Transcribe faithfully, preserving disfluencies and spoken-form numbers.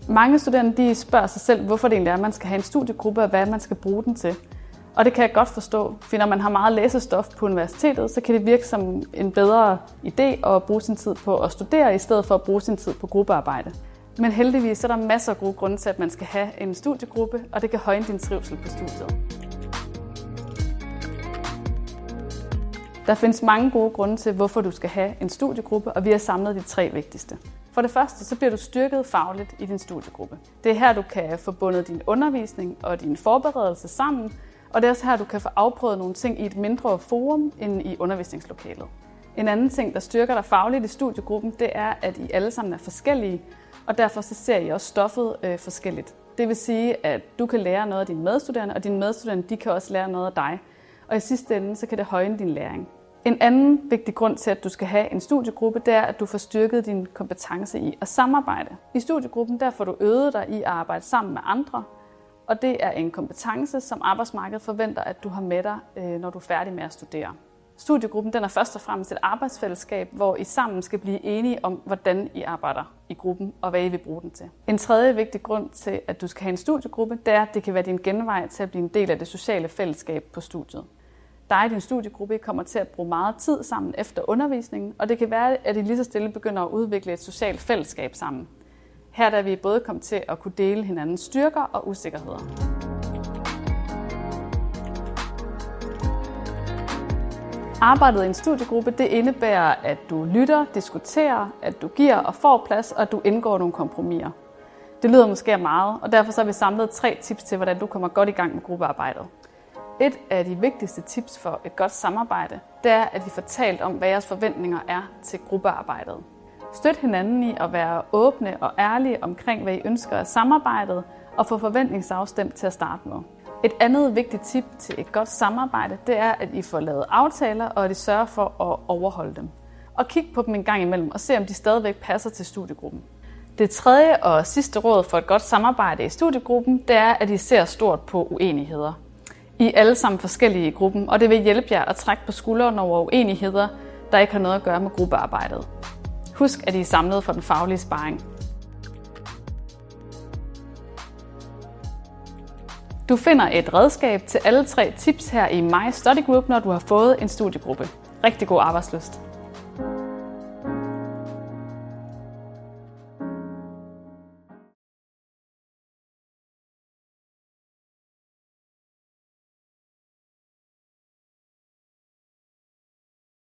Mange studerende de spørger sig selv, hvorfor det egentlig er, at man skal have en studiegruppe, og hvad man skal bruge den til. Og det kan jeg godt forstå, for når man har meget læsestof på universitetet, så kan det virke som en bedre idé at bruge sin tid på at studere, i stedet for at bruge sin tid på gruppearbejde. Men heldigvis er der masser af gode grunde til, at man skal have en studiegruppe, og det kan højne din trivsel på studiet. Der findes mange gode grunde til, hvorfor du skal have en studiegruppe, og vi har samlet de tre vigtigste. For det første, så bliver du styrket fagligt i din studiegruppe. Det er her, du kan få bundet din undervisning og din forberedelse sammen, og det er også her, du kan få afprøvet nogle ting i et mindre forum end i undervisningslokalet. En anden ting, der styrker dig fagligt i studiegruppen, det er, at I alle sammen er forskellige, og derfor så ser I også stoffet øh, forskelligt. Det vil sige, at du kan lære noget af dine medstuderende, og dine medstuderende de kan også lære noget af dig. Og i sidste ende, så kan det højne din læring. En anden vigtig grund til, at du skal have en studiegruppe, det er, at du får styrket din kompetence i at samarbejde. I studiegruppen der får du øvet dig i at arbejde sammen med andre, og det er en kompetence, som arbejdsmarkedet forventer, at du har med dig, når du er færdig med at studere. Studiegruppen den er først og fremmest et arbejdsfællesskab, hvor I sammen skal blive enige om, hvordan I arbejder i gruppen, og hvad I vil bruge den til. En tredje vigtig grund til, at du skal have en studiegruppe, det er, at det kan være din genvej til at blive en del af det sociale fællesskab på studiet. Dig og din studiegruppe kommer til at bruge meget tid sammen efter undervisningen, og det kan være, at I lige så stille begynder at udvikle et socialt fællesskab sammen. Her er vi både kommet til at kunne dele hinandens styrker og usikkerheder. Arbejdet i en studiegruppe det indebærer, at du lytter, diskuterer, at du giver og får plads, og at du indgår nogle kompromiser. Det lyder måske meget, og derfor så har vi samlet tre tips til, hvordan du kommer godt i gang med gruppearbejdet. Et af de vigtigste tips for et godt samarbejde, det er, at I får talt om, hvad jeres forventninger er til gruppearbejdet. Støt hinanden i at være åbne og ærlige omkring, hvad I ønsker af samarbejdet, og få forventningsafstemt til at starte med. Et andet vigtigt tip til et godt samarbejde, det er, at I får lavet aftaler, og at I sørger for at overholde dem. Og kig på dem en gang imellem, og se om de stadigvæk passer til studiegruppen. Det tredje og sidste råd for et godt samarbejde i studiegruppen, det er, at I ser stort på uenigheder. I er alle sammen forskellige i gruppen, og det vil hjælpe jer at trække på skuldrene over uenigheder, der ikke har noget at gøre med gruppearbejdet. Husk, at I er samlet for den faglige sparring. Du finder et redskab til alle tre tips her i My Study Group, når du har fået en studiegruppe. Rigtig god arbejdslyst!